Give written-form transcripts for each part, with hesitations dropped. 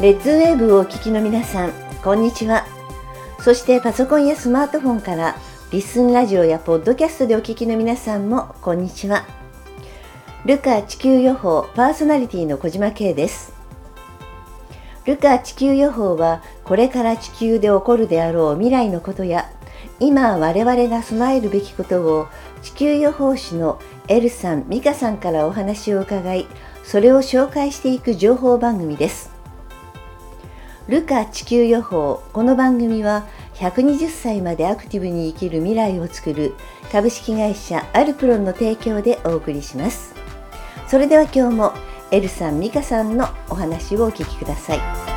レッズウェーブをお聞きの皆さん、こんにちは。そしてパソコンやスマートフォンからリスンラジオやポッドキャストでお聞きの皆さんもこんにちは。ルカ地球予報パーソナリティの小島慶です。ルカ地球予報は、これから地球で起こるであろう未来のことや、今我々が備えるべきことを地球予報士のエルさん、ミカさんからお話を伺い、それを紹介していく情報番組です。ルカ地球予報、この番組は120歳までアクティブに生きる未来を作る株式会社アルプロンの提供でお送りします。それでは今日もエルさん、ミカさんのお話をお聞きください。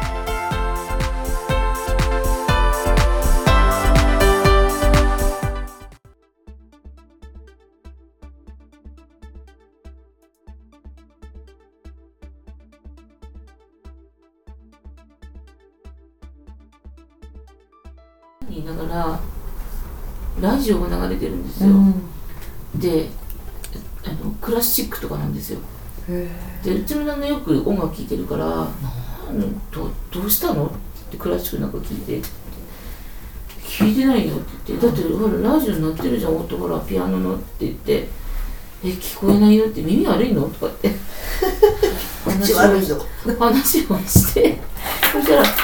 言いながらラジオが流れてるんですよ、でクラシックとかなんですよ。でうちの旦那よく音楽聴いてるからどうしたのってクラシックなんか聴いて聞いてないよって言って、だってほらラジオになってるじゃん、音ほらピアノのって言って、聞こえないよって、耳悪いのとかって話をして、そしたら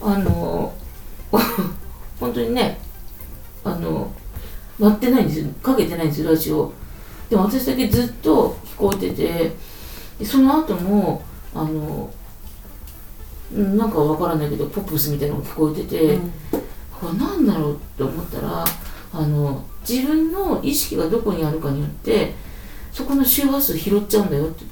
本当にね、鳴ってないんですよ、かけてないんですよラジオ。でも私だけずっと聞こえてて、でその後もなんかわからないけどポップスみたいなのが聞こえてて、これなんだろうって思ったら、自分の意識がどこにあるかによってそこの周波数拾っちゃうんだよって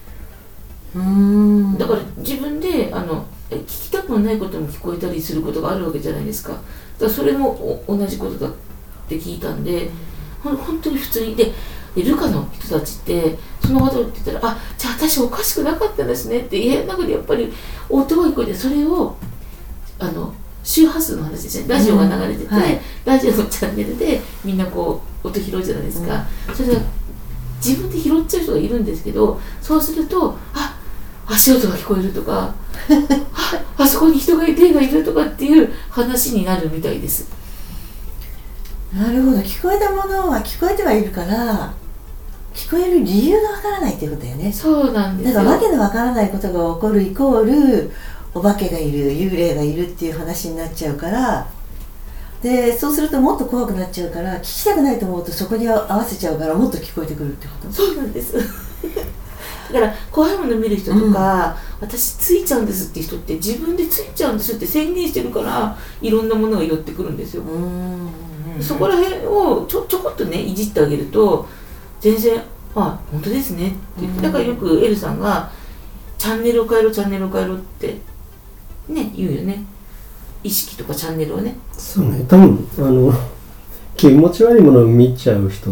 言って、だから自分で聞きたくもないことも聞こえたりすることがあるわけじゃないですか。だからそれも同じことだって聞いたんで、本当に普通にでルカの人たちってそのことって言ったら、じゃあ私おかしくなかったんですねって、家の中でやっぱり音が聞こえて、それを周波数の話ですね、ラジオが流れてて、ラジオのチャンネルでみんなこう音拾うじゃないですか、それが自分で拾っちゃう人がいるんですけど、そうすると足音が聞こえるとかあそこに人がいてがいるとかっていう話になるみたいです。 なるほど、聞こえたものは聞こえてはいるから、聞こえる理由がわからないっていうことだよね。 そうなんですよ。 だからわけのわからないことが起こるイコールお化けがいる、幽霊がいるっていう話になっちゃうから、でそうするともっと怖くなっちゃうから、聞きたくないと思うとそこに合わせちゃうから、もっと聞こえてくるってこと。 そうなんですだから怖いもの見る人とか、私ついちゃうんですっていう人って、自分でついちゃうんですって宣言してるから、いろんなものが寄ってくるんですよ。そこら辺をちょこっとねいじってあげると、全然本当ですねって言って、だからよくエルさんがチャンネルを変えろチャンネルを変えろってね言うよね。意識とかチャンネルをね。 そうね、多分気持ち悪いものを見ちゃう人って、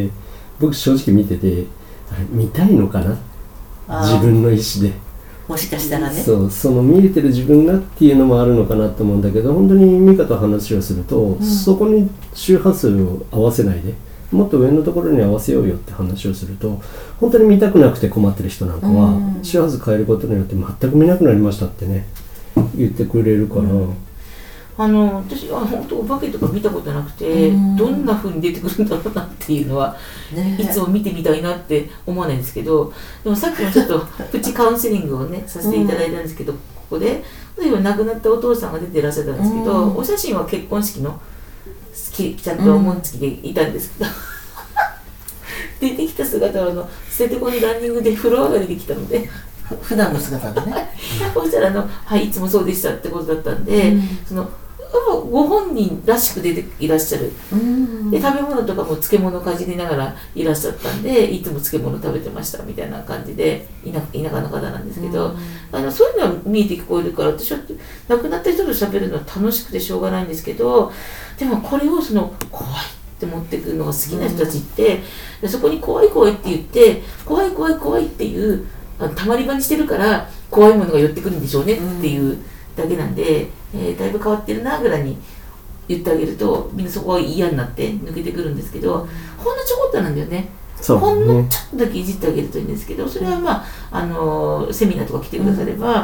僕正直見てて、見たいのかな、自分の意思で、 もしかしたらね、 その見えてる自分がっていうのもあるのかなと思うんだけど、本当にミカと話をすると、そこに周波数を合わせないで、もっと上のところに合わせようよって話をすると、本当に見たくなくて困ってる人なんかは、周波数変えることによって全く見なくなりましたってね言ってくれるから、 私は本当お化けとか見たことなくて、どんな風に出てくるんだろうなっていうのは、いつも見てみたいなって思わないんですけど、でもさっきもちょっとプチカウンセリングをねさせていただいたんですけど、ここで例えば亡くなったお父さんが出てらっしゃったんですけど、お写真は結婚式のちゃんと紋付きでいたんですけど出てきた姿は捨ててこにランニングで風呂上がりできたので普段の姿だねそしたらいつもそうでしたってことだったんで、ご本人らしく出ていらっしゃる、で食べ物とかも漬物かじりながらいらっしゃったんで、いつも漬物食べてましたみたいな感じで、田舎の方なんですけど、そういうのは見えて聞こえるから、私は亡くなった人と喋るのは楽しくてしょうがないんですけど、でもこれを怖いって持ってくるのが好きな人たちって、そこに怖い怖いって言って、怖い怖い怖いっていうたまり場にしてるから、怖いものが寄ってくるんでしょうねっていうだけなんで、だいぶ変わってるなぐらいに言ってあげると、みんなそこは嫌になって抜けてくるんですけど、ほんのちょこっとなんだよね。ほんのちょっとだけいじってあげるといいんですけど、それはセミナーとか来てくだされば、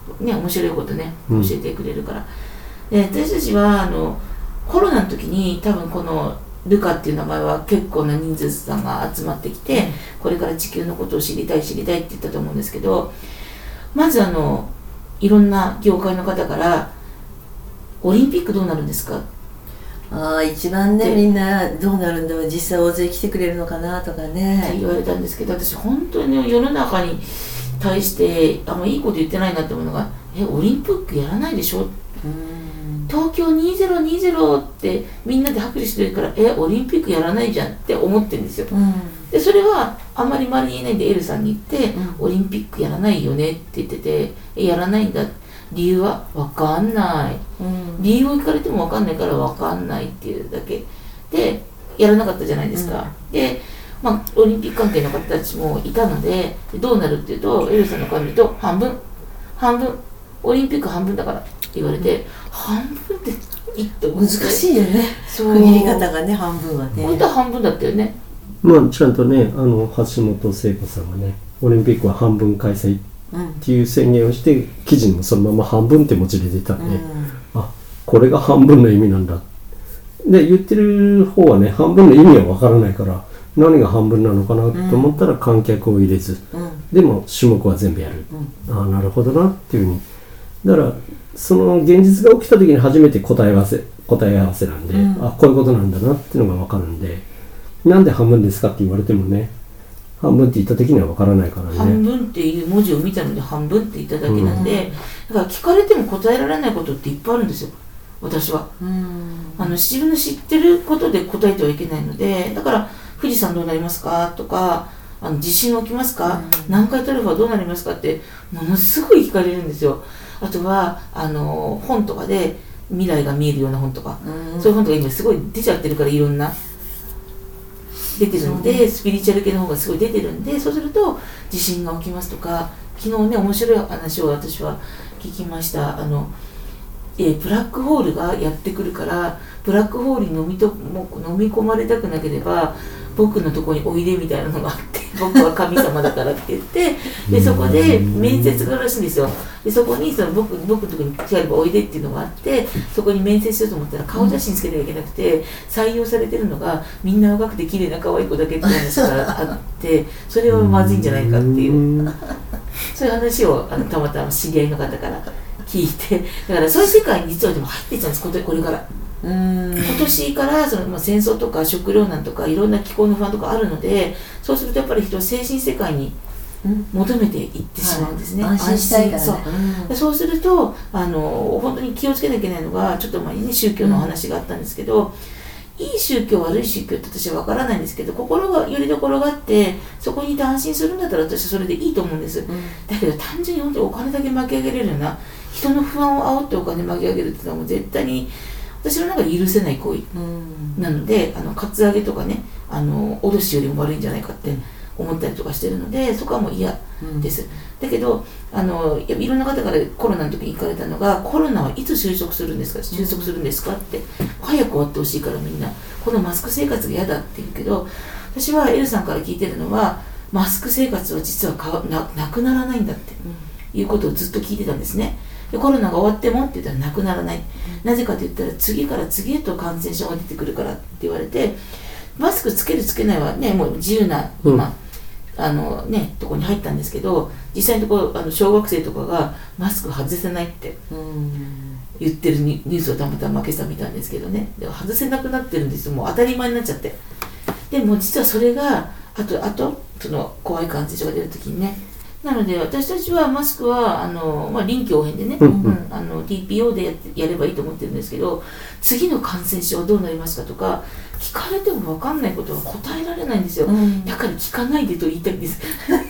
ね、面白いことね教えてくれるから、で私たちはコロナの時に多分このルカっていう名前は結構な人数さんが集まってきて、これから地球のことを知りたいって言ったと思うんですけど、まずいろんな業界の方からオリンピックどうなるんですか、 一番ね、みんなどうなるんだろう、実際大勢来てくれるのかなとかねって言われたんですけど、私本当に世の中に対してあんまいいこと言ってないなって思うのが、オリンピックやらないでしょ、東京2020ってみんなで拍手してるからオリンピックやらないじゃんって思ってるんですよ、でそれはあんまり周りにいないんでエルさんに言って、オリンピックやらないよねって言ってて、やらないんだ、理由は分かんない、理由を聞かれても分かんないから分かんないっていうだけでやらなかったじゃないですか、でオリンピック関係の方たちもいたので、どうなるっていうと、エルさんの顔見ると半分オリンピック半分だからって言われて、半分って難しいよね、区切り方がね、半分はね。 本当は半分だったよね。 ちゃんとね、橋本聖子さんがね、オリンピックは半分開催っていう宣言をして、記事にもそのまま半分って文字で出たんで、これが半分の意味なんだ。で、言ってる方はね、半分の意味はわからないから、何が半分なのかなと思ったら観客を入れず、でも種目は全部やる。なるほどなっていうふうに。だからその現実が起きた時に初めて答え合わせなんで、こういうことなんだなっていうのが分かるんで、なんで半分ですかって言われてもね、半分って言った時には分からないからね。 半分っていう文字を見たので半分って言っただけなんで、だから聞かれても答えられないことっていっぱいあるんですよ、私は。自分の知ってることで答えてはいけないので、だから富士山どうなりますかとか、地震起きますか、南海トラフはどうなりますかってものすごい聞かれるんですよ。あとは本とかで未来が見えるような本とか、そういう本とか今すごい出ちゃってるから、いろんな出てるんで、スピリチュアル系の本がすごい出てるんで、そうすると地震が起きますとか、昨日ね面白い話を私は聞きました。ブラックホールがやってくるから、ブラックホールに飲み込まれたくなければ僕のところにおいでみたいなのがあって、僕は神様だからって言って、でそこで面接があるらしいんですよ。でそこに僕のところに来ればおいでっていうのがあって、そこに面接しようと思ったら顔写真つけなきゃいけなくて、採用されてるのがみんな若くて綺麗な可愛い子だけって話があって、それはまずいんじゃないかっていうそういう話をたまたま知り合いの方から聞いて、だからそういう世界に実はでも入っていっちゃうんです、これから。今年から戦争とか食糧難とかいろんな気候の不安とかあるので、そうするとやっぱり人は精神世界に求めていってしまうんですね、 安心したいからね。 そうすると本当に気をつけなきゃいけないのが、ちょっと前にね宗教の話があったんですけど、いい宗教悪い宗教って私は分からないんですけど、心がよりどころがあってそこにいて安心するんだったら私はそれでいいと思うんです、だけど単純に本当にお金だけ巻き上げれるような、人の不安を煽ってお金巻き上げるっていうのはもう絶対に私の中で許せない行為なので、カツアゲとかね、脅しよりも悪いんじゃないかって思ったりとかしてるので、そこはもう嫌です、だけどいろんな方からコロナの時に聞かれたのが、コロナはいつ収束するんですかって、早く終わってほしいからみんなこのマスク生活が嫌だって言うけど、私はエルさんから聞いてるのは、マスク生活は実はなくならないんだっていうことをずっと聞いてたんですね。でコロナが終わってもって言ったらなくならない、なぜかと言ったら次から次へと感染症が出てくるからって言われて、マスクつけるつけないはねもう自由な今、とこに入ったんですけど、実際のところ小学生とかがマスク外せないって言ってるニュースをたまたま今朝見たんですけどね、で外せなくなってるんですよ、もう当たり前になっちゃって。でも実はそれがあとその怖い感染症が出るときにね、なので私たちはマスクは臨機応変でね、TPO でやればいいと思ってるんですけど、次の感染症はどうなりますかとか聞かれても分かんないことは答えられないんですよ、だから聞かないでと言いたいんです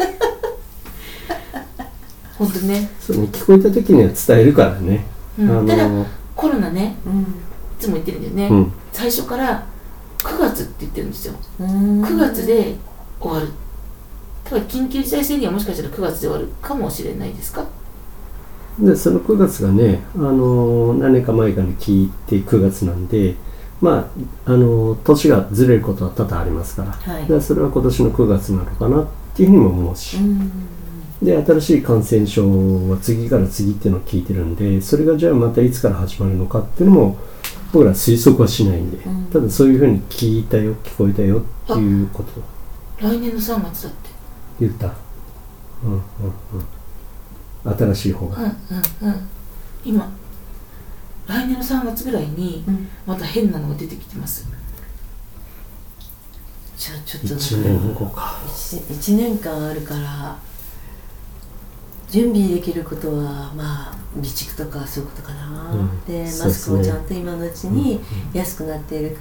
本当ね、 そうね、聞こえた時には伝えるからね、 ただコロナね、いつも言ってるんだよね、最初から9月って言ってるんですよ、9月で終わる、だから緊急事態宣言はもしかしたら9月で終わるかもしれないですか。 でその9月がね、何年か前から聞いて9月なんで、年がずれることは多々ありますから、それは今年の9月なのかなっていうふうにも思うし、 で新しい感染症は次から次っていうのを聞いてるんで、それがじゃあまたいつから始まるのかっていうのも僕ら推測はしないんで、ただそういうふうに聞いたよ聞こえたよっていうこと来年の3月だって言った。新しい方が、 今来年の3月ぐらいにまた変なのが出てきてます。 じゃあちょっと 1年後か。 1年間あるから準備できることはまあ備蓄とかそういうことかな、でマスクをちゃんと今のうちに安くなっているから、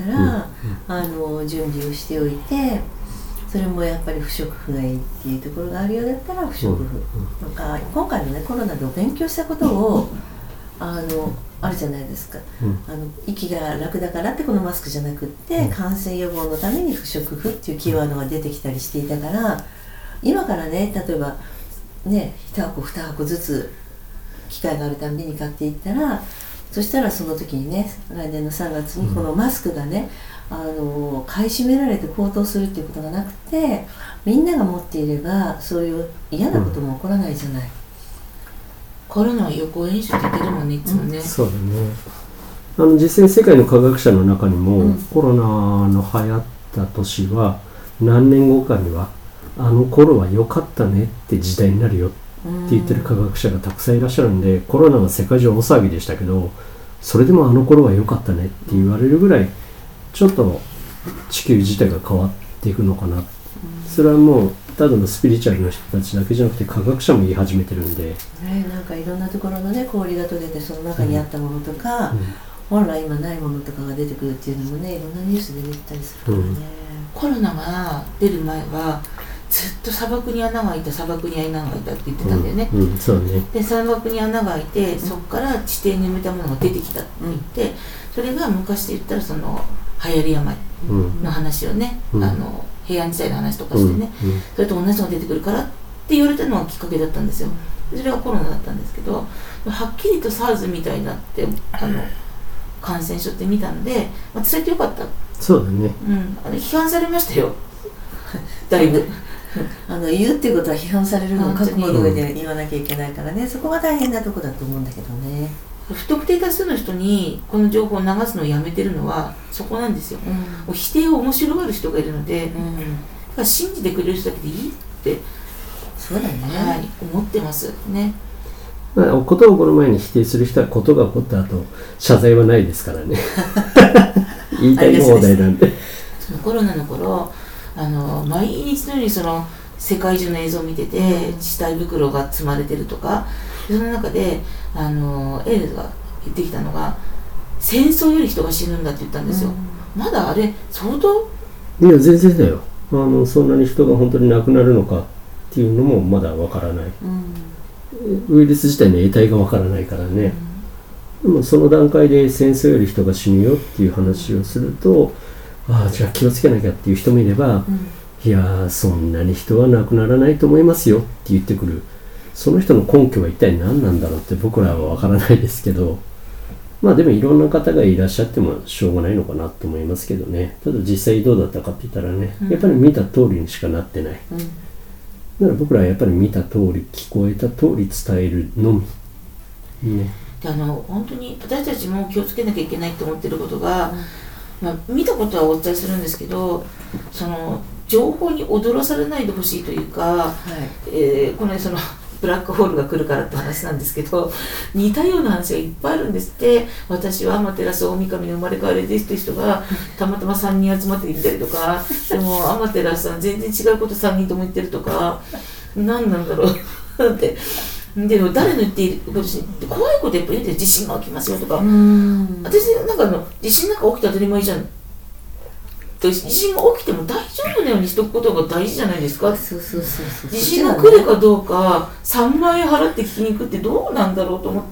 準備をしておいて、それもやっぱり不織布がいいっていうところがあるようだったら不織布とか、今回のねコロナでお勉強したことをあるじゃないですか、息が楽だからってこのマスクじゃなくって、感染予防のために不織布っていうキーワードが出てきたりしていたから、今からね例えばね1箱2箱ずつ機会があるたびに買っていったら、そしたらその時にね来年の3月にこのマスクがね、買い占められて高騰するっていうことがなくて、みんなが持っていればそういう嫌なことも起こらないじゃない。 コロナは予行演習できるもんね、いつもね。 そうだね。実際世界の科学者の中にも、コロナの流行った年は何年後かにはあの頃は良かったねって時代になるよって言ってる科学者がたくさんいらっしゃるんで、コロナは世界中大騒ぎでしたけど、それでもあの頃は良かったねって言われるぐらいちょっと地球自体が変わっていくのかな。それはもうただのスピリチュアルな人たちだけじゃなくて科学者も言い始めてるんで、 なんかいろんなところのね氷が溶けてその中にあったものとか、本来今ないものとかが出てくるっていうのもねいろんなニュースで出てたりするからね、 コロナが出る前はずっと砂漠に穴が開いた砂漠に穴が開いたって言ってたんだよね、 そうね。で砂漠に穴が開いてそこから地底に埋めたものが出てきたって言って、それが昔で言ったらその流行り病の話をね、平安時代の話とかしてね、それと同じのが出てくるからって言われたのがきっかけだったんですよ。それがコロナだったんですけど、はっきりと SARS みたいなって感染症って見たんで、伝えてよかった。 そうだね。 批判されましたよだいぶ言うっていうことは批判されるのを覚悟の上で言わなきゃいけないからね、そこが大変なとこだと思うんだけどね。 不特定多数の人にこの情報を流すのをやめてるのはそこなんですよ、否定を面白がる人がいるので、だから信じてくれる人だけでいいってそうだね、 思ってますね。 ことが起こる前に否定する人はことが起こった後謝罪はないですからね言いたい放題なんでそのコロナの頃毎日のようにその世界中の映像を見てて、死体袋が積まれてるとか、その中でエールが言ってきたのが戦争より人が死ぬんだって言ったんですよ、まだあれ相当いや全然だよ。そんなに人が本当に亡くなるのかっていうのもまだわからない、ウイルス自体の得体がわからないからね、でもその段階で戦争より人が死ぬよっていう話をすると、じゃあ気をつけなきゃっていう人もいれば、いやそんなに人は亡くならないと思いますよって言ってくる、その人の根拠は一体何なんだろうって僕らはわからないですけど、でもいろんな方がいらっしゃってもしょうがないのかなと思いますけどね。ただ実際どうだったかって言ったらね、やっぱり見た通りにしかなってない、だから僕らはやっぱり見た通り聞こえた通り伝えるのみ、ね、 で本当に私たちも気をつけなきゃいけないと思ってることが、見たことはお伝えするんですけど、その情報に踊らされないでほしいというか、このそのブラックホールが来るからって話なんですけど、似たような話がいっぱいあるんですって。私はアマテラス大神の生まれ変わりですって人がたまたま3人集まってきたりとか、でもアマテラスさん全然違うこと3人とも言ってるとか、何なんだろうってでも誰の言っていることし怖いことやっぱり言って地震が起きますよとか、私なんか地震なんか起きて当たり前じゃん、地震が起きても大丈夫なようにしとくことが大事じゃないですか。地震が来るかどうか3万円払って聞きに行くってどうなんだろうと思って。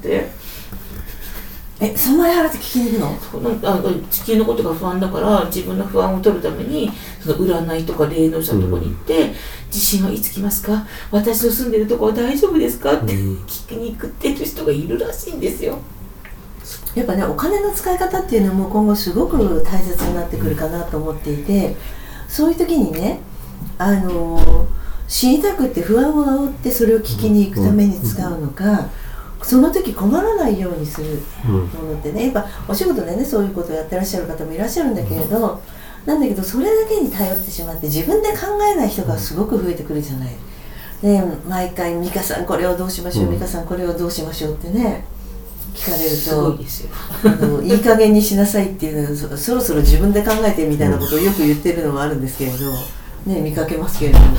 3万円払って聞きに行くの？地球のことが不安だから自分の不安を取るためにその占いとか霊能者のところに行って、地震はいつ来ますか、私の住んでるとこは大丈夫ですかって聞きに行くっていう人がいるらしいんですよ。 やっぱね、お金の使い方っていうのも今後すごく大切になってくるかなと思っていて、そういう時にね、 死にたくって不安を煽ってそれを聞きに行くために使うのか、その時困らないようにするものってね、やっぱお仕事でねそういうことをやってらっしゃる方もいらっしゃるんだけれど、なんだけどそれだけに頼ってしまって自分で考えない人がすごく増えてくるじゃない。で毎回美香さんこれをどうしましょう、美香さんこれをどうしましょうってね聞かれると、 すごいですよいい加減にしなさいっていうのをそろそろ自分で考えてみたいなことをよく言ってるのがあるんですけれど、ね、見かけますけれども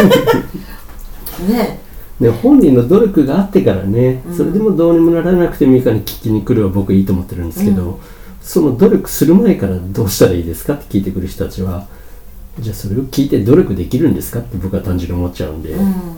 ね、 本人の努力があってからね、それでもどうにもならなくてミカに聞きに来るは僕いいと思ってるんですけど、その努力する前からどうしたらいいですかって聞いてくる人たちは、じゃあそれを聞いて努力できるんですかって僕は単純に思っちゃうんで、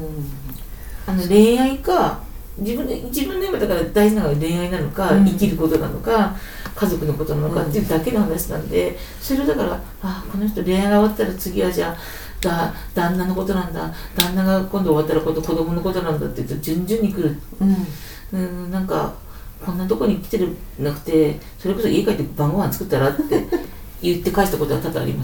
恋愛か自分の今だから大事なのは恋愛なのか、生きることなのか家族のことなのかっていうだけの話なんで、それをだからこの人恋愛が終わったら次はじゃあ旦那のことなんだ、旦那が今度終わったら今度子供のことなんだって言うと順々に来る、なんかこんなとこに来てるなくてそれこそ家帰って晩ご飯作ったらって言って返したことは多々あります、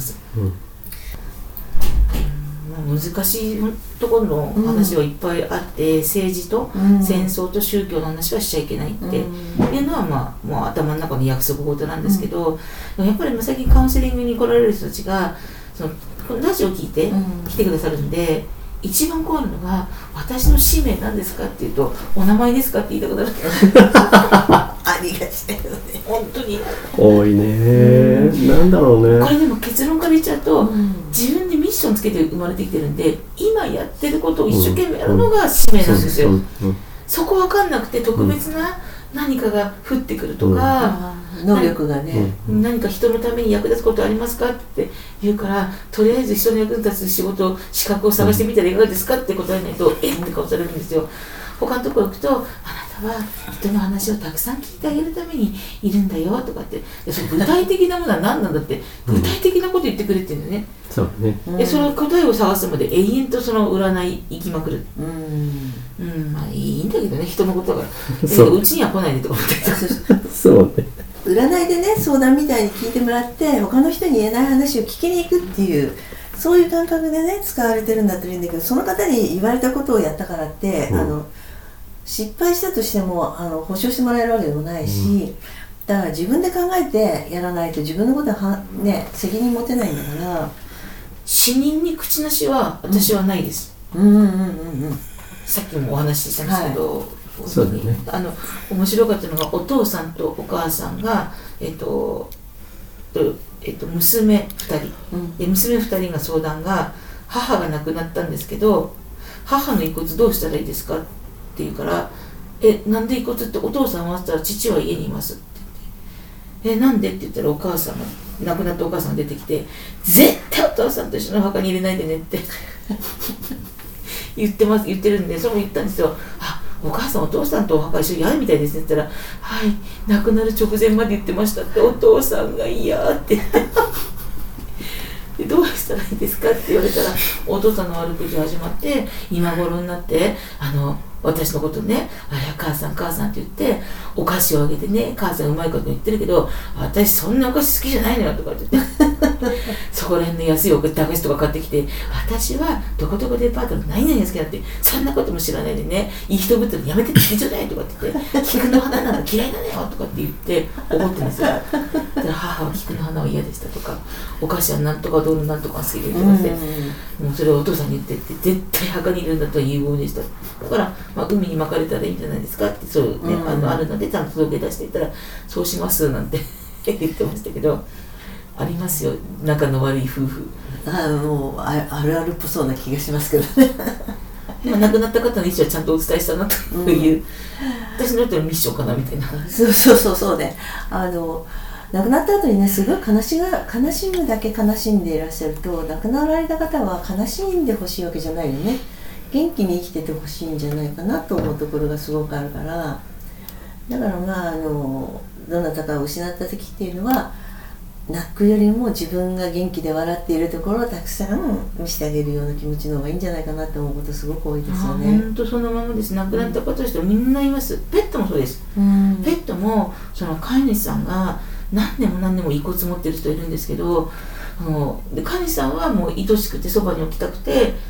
難しいところの話はいっぱいあって、政治と戦争と宗教の話はしちゃいけないっていうのはもう頭の中の約束事なんですけど、やっぱり最近カウンセリングに来られる人たちがこのラジオを聞いて来てくださるんで、一番怖いのが私の使命なんですかって言うとお名前ですかって言いたくなるありがちだよね本当に多いね、なんだろうね。 これでも結論から言っちゃうと、自分でミッションつけて生まれてきてるんで、今やってることを一生懸命やるのが使命なんですよ。そこ分かんなくて特別な何かが降ってくるとか、 能力がね、 何か人のために役立つことありますかって言うから、とりあえず人の役に立つ仕事資格を探してみたらいかがですかって答えないとって顔されるんですよ。他のところ行くと、あなたは人の話をたくさん聞いてあげるためにいるんだよとかって、その具体的なものは何なんだって、具体的なこと言ってくれって言うんだよね。 そうね。 でその答えを探すまで永遠とその占い行きまくる。いいんだけどね、人のことだから。うちには来ないでとか思ってそうね。 占いでね、相談みたいに聞いてもらって他の人に言えない話を聞きに行くっていう、そういう感覚でね使われてるんだったらいいんだけど、その方に言われたことをやったからって、失敗したとしても保証してもらえるわけでもないし、だから自分で考えてやらないと自分のことは責任持てないんだから。 死人に口なしは私はないです。さっきもお話ししたんですけど、 そうだね。 面白かったのがお父さんとお母さんが娘2人、で娘2人が相談が、母が亡くなったんですけど母の遺骨どうしたらいいですかって言うから、なんで遺骨って、お父さんはって言ったら父は家にいますって言って、なんでって言ったらお母さんが、亡くなったお母さんが出てきて、絶対お父さんと一緒のお墓に入れないでねって言ってるんで、それも言ったんですよ。お母さんお父さんとお墓一緒にやるみたいですねって言ったら、はい、亡くなる直前まで言ってましたって、お父さんが嫌って言ってでどうしたらいいですかって言われたら、お父さんの悪口始まって、今頃になって私のことね、母さん母さんって言ってお菓子をあげてね、母さんうまいこと言ってるけど私そんなお菓子好きじゃないのよとかって言ってそこら辺の安いお菓子とか買ってきて、私はどこどこデパートの何々が好きだって、そんなことも知らないでね、いい人ぶってるのやめてって言ってちょうだいとかって言って、菊の花なんか嫌いだねよとかって言って怒ってるんですよ。だから母は菊の花は嫌でしたとか、お菓子はなんとかどうのなんとか好きで言ってまして、もうそれをお父さんに言ってって、絶対墓にいるんだとは有望でした。だから海に巻かれたらいいんじゃないですかって、そうね、あるのでちゃんと届け出していったら、そうしますなんて言ってましたけど、ありますよ、仲の悪い夫婦。 もうあるあるっぽそうな気がしますけどね亡くなった方の意思はちゃんとお伝えしたなという、私の人のミッションかなみたいな。 そうね。亡くなった後にね、すごい悲しむだけ悲しんでいらっしゃると、亡くなられた方は悲しんでほしいわけじゃないよね。元気に生きててほしいんじゃないかなと思うところがすごくあるから、だからどなたかを失った時っていうのは、泣くよりも自分が元気で笑っているところをたくさん見せてあげるような気持ちの方がいいんじゃないかなと思うことすごく多いですよね。 本当そのままです。亡くなった方としてはみんないます。ペットもそうです。ペットもその飼い主さんが何年も遺骨持ってる人いるんですけど、飼い主さんはもう愛しくてそばに置きたくて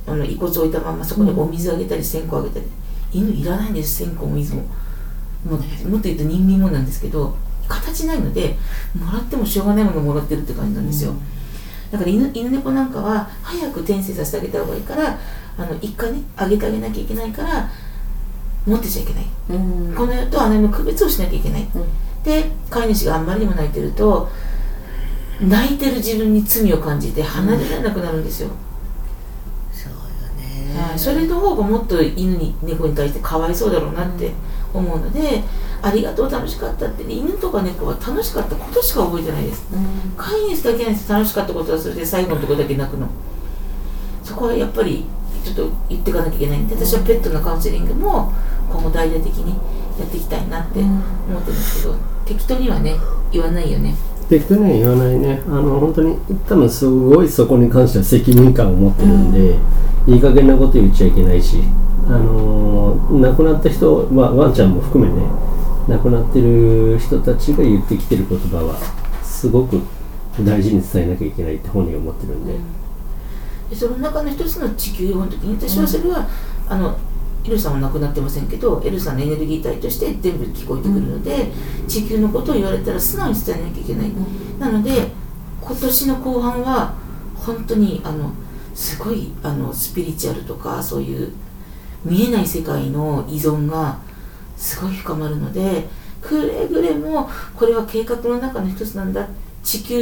遺骨を置いたままそこにお水あげたり線香あげたり、犬いらないんです、線香も水も。もっと言うと人間もなんですけど、形ないのでもらってもしょうがないものをもらってるって感じなんですよ。だから犬猫なんかは早く転生させてあげた方がいいから、一回ねあげてあげなきゃいけないから持ってちゃいけない、この世とあの世の区別をしなきゃいけない、で飼い主があんまりにも泣いてると泣いてる自分に罪を感じて離れられなくなるんですよ。 そうよね、 はい、それの方がもっと犬に猫に対してかわいそうだろうなって思うので、ありがとう楽しかったって、ね、犬とか猫は楽しかったことしか覚えてないです。飼い主だけなんです、楽しかったことはそれで最後のところだけ泣くの。そこはやっぱりちょっと言っていかなきゃいけないんで、私はペットのカウンセリングも今後大々的にやっていきたいなって思ってるんですけど、適当にはね言わないよね。 適当には言わないね。本当に多分すごいそこに関しては責任感を持ってるんで、いい加減なこと言っちゃいけないし、亡くなった人、ワンちゃんも含めね、亡くなってる人たちが言ってきてる言葉はすごく大事に伝えなきゃいけないって本人は思ってるんで、 でその中の一つの地球予報の時に私はそれは、エルさんは亡くなってませんけど、エルさんのエネルギー体として全部聞こえてくるので、地球のことを言われたら素直に伝えなきゃいけない、なので今年の後半は本当にすごいスピリチュアルとかそういう見えない世界の依存がすごい深まるので、くれぐれもこれは計画の中の一つなんだ、地球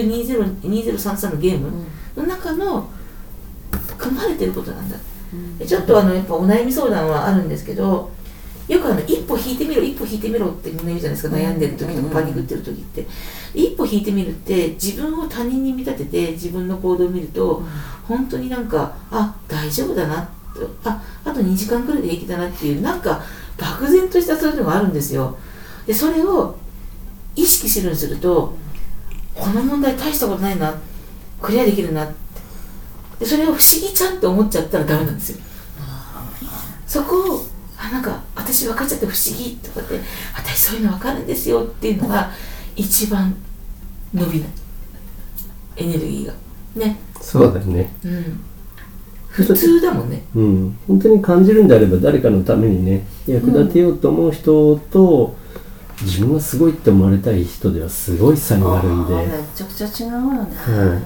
2033のゲームの中の組まれてることなんだ、ちょっとやっぱお悩み相談はあるんですけど、よく一歩引いてみろ一歩引いてみろってみんな言うじゃないですか、悩んでる時とかパニクってる時って、一歩引いてみるって自分を他人に見立てて自分の行動を見ると、本当になんか大丈夫だな、あと2時間くらいで平気だなっていう、なんか漠然としたそういうのがあるんですよ。でそれを意識するようにすると、この問題大したことないな、クリアできるなって、でそれを不思議ちゃんって思っちゃったらダメなんですよ。そこをなんか私分かっちゃって不思議とかって、私そういうの分かるんですよっていうのが一番伸びないエネルギーがね。 そうだよね、 普通だもんね。 本当に感じるんであれば誰かのためにね役立てようと思う人と、自分がすごいって思われたい人ではすごい差があるんで、 めちゃくちゃ違うよね、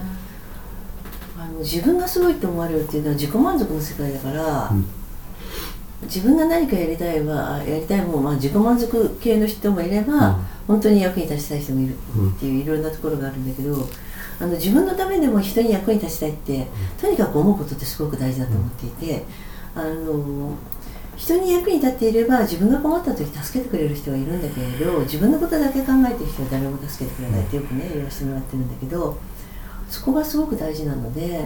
自分がすごいって思われるっていうのは自己満足の世界だから、自分が何かやりたいも自己満足系の人もいれば、本当に役に立ちたい人もいるっていういろんなところがあるんだけど、自分のためでも人に役に立ちたいって、とにかく思うことってすごく大事だと思っていて、人に役に立っていれば自分が困った時助けてくれる人はいるんだけれど、自分のことだけ考えている人は誰も助けてくれないってよくね言わせてもらってるんだけど、そこがすごく大事なので、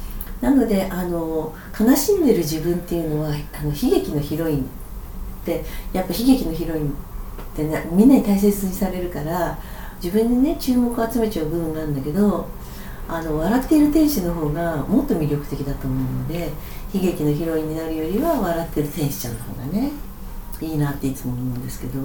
悲しんでる自分っていうのは悲劇のヒロインってやっぱ悲劇のヒロインってみんなに大切にされるから自分にね注目を集めちゃう部分があるんだけど、笑っている天使の方がもっと魅力的だと思うので、悲劇のヒロインになるよりは笑ってる天使ちゃんの方がねいいなっていつも思うんですけど、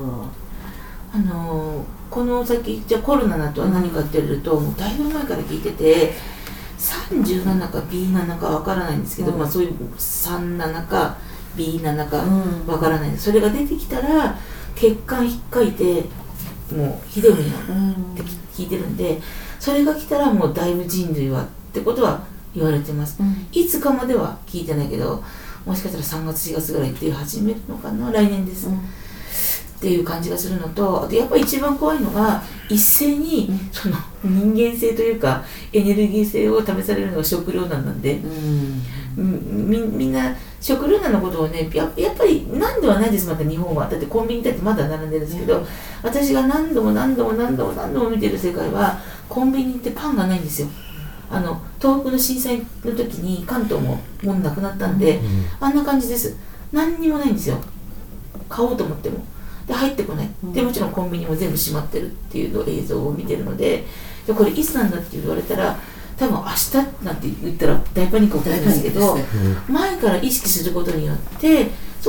この先じゃあコロナだとは何かって言われると、もうだいぶ前から聞いてて、37か B7 かわからないんですけど、そういう37か B7 かわからないんです。それが出てきたら血管引っかいてもうひどい目になるって聞いてるんで、それが来たらもうだいぶ人類はってことは言われてます、いつかまでは聞いてないけど、もしかしたら3月4月ぐらいって始めるのかな、来年です、っていう感じがするのと、あとやっぱり一番怖いのが一斉にその人間性というかエネルギー性を試されるのが食糧難なんで、みんな食糧難のことをねやっぱり何ではないです。また日本はだってコンビニだってまだ並んでるんですけど、私が何度も見てる世界はコンビニってパンがないんですよ。東北の震災の時に関東もうなくなったんで、あんな感じです。何にもないんですよ、買おうと思っても。で入ってこない、でもちろんコンビニも全部閉まってるっていうの映像を見てるので、これいつなんだって言われたら多分明日なんて言ったら大パニック起こるんですけど、前から意識することによってそこの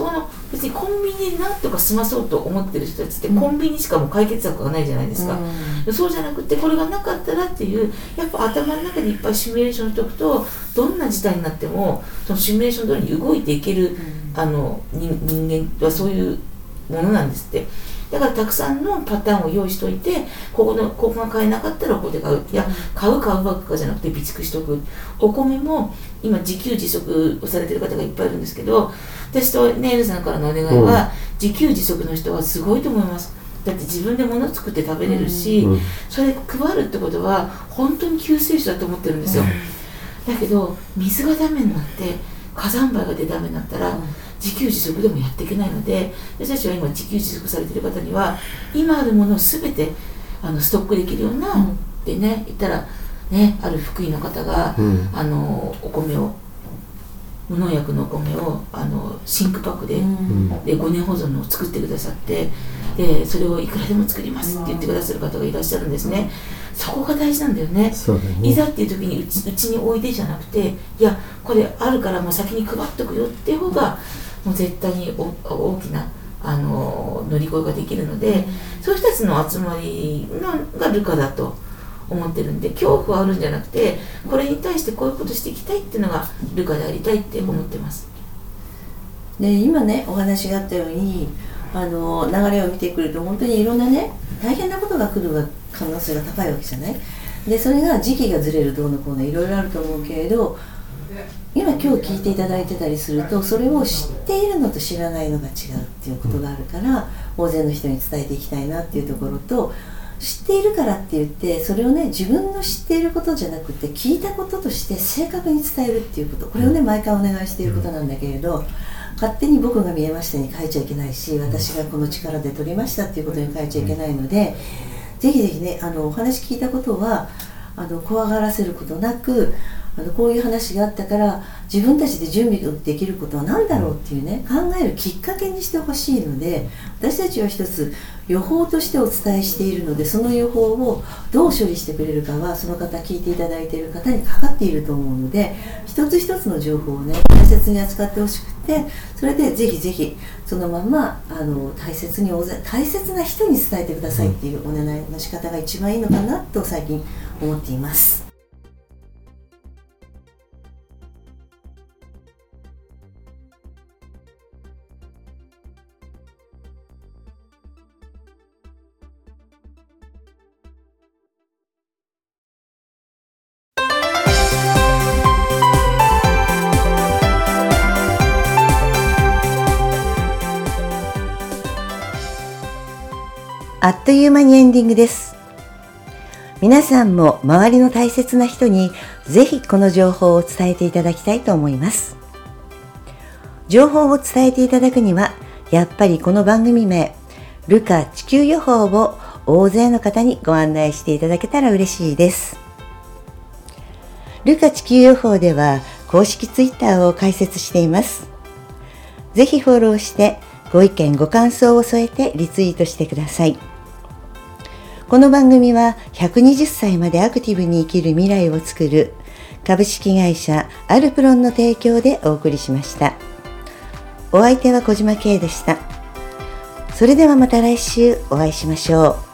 別にコンビニでなんとか済まそうと思ってる人たちって、コンビニしかもう解決策がないじゃないですか、そうじゃなくて、これがなかったらっていう、やっぱ頭の中でいっぱいシミュレーションしておくと、どんな事態になってもそのシミュレーション通りに動いていける、人間はそういうものなんですって。だからたくさんのパターンを用意しておいて、ここが買えなかったらここで買う、いや買うばっかじゃなくて備蓄しておく。お米も今自給自足をされてる方がいっぱいいるんですけど、私とネイルさんからのお願いは、自給自足の人はすごいと思います。だって自分で物作って食べれるし、それ配るってことは本当に救世主だと思ってるんですよ。だけど水がダメになって火山灰が出ダメになったら、自給自足でもやっていけないので、私たちは今自給自足されている方には今あるものを全てストックできるような、でね、言ったらね、ある福井の方が、お米を無農薬のお米を真空パックで、5年保存のを作ってくださって、でそれをいくらでも作りますって言ってくださる方がいらっしゃるんですね。そこが大事なんだよね。いざっていう時にうちにおいでじゃなくて、いやこれあるからもう先に配っとくよっていう方がもう絶対に大きな乗り越えができるので、そういう人たちの集まりがルカだと思ってるんで、恐怖はあるんじゃなくて、これに対してこういうことしていきたいっていうのがルカでありたいって思ってます。 で今ねお話があったように流れを見てくると本当にいろんなね大変なことが来る可能性が高いわけじゃない。でそれが時期がずれるどうのこうのいろいろあると思うけれど、今日聞いていただいてたりすると、それを知っているのと知らないのが違うっていうことがあるから、大勢の人に伝えていきたいなっていうところと、知っているからって言ってそれをね自分の知っていることじゃなくて聞いたこととして正確に伝えるっていうこと、これをね毎回お願いしていることなんだけれど、勝手に僕が見えましたに書いちゃいけないし、私がこの力で取りましたっていうことに書いちゃいけないので、ぜひぜひねお話聞いたことは怖がらせることなく、こういう話があったから自分たちで準備できることは何だろうっていうね考えるきっかけにしてほしいので、私たちは一つ予報としてお伝えしているので、その予報をどう処理してくれるかはその方、聞いていただいている方にかかっていると思うので、一つ一つの情報をね大切に扱ってほしくて、それでぜひぜひそのまま大切な人に伝えてくださいっていうお願いの仕方が一番いいのかなと最近思っています。あっという間にエンディングです。皆さんも周りの大切な人にぜひこの情報を伝えていただきたいと思います。情報を伝えていただくにはやっぱりこの番組名ルカ地球予報を大勢の方にご案内していただけたら嬉しいです。ルカ地球予報では公式ツイッターを開設しています。ぜひフォローしてご意見ご感想を添えてリツイートしてください。この番組は120歳までアクティブに生きる未来を作る株式会社アルプロンの提供でお送りしました。お相手は小島慶でした。それではまた来週お会いしましょう。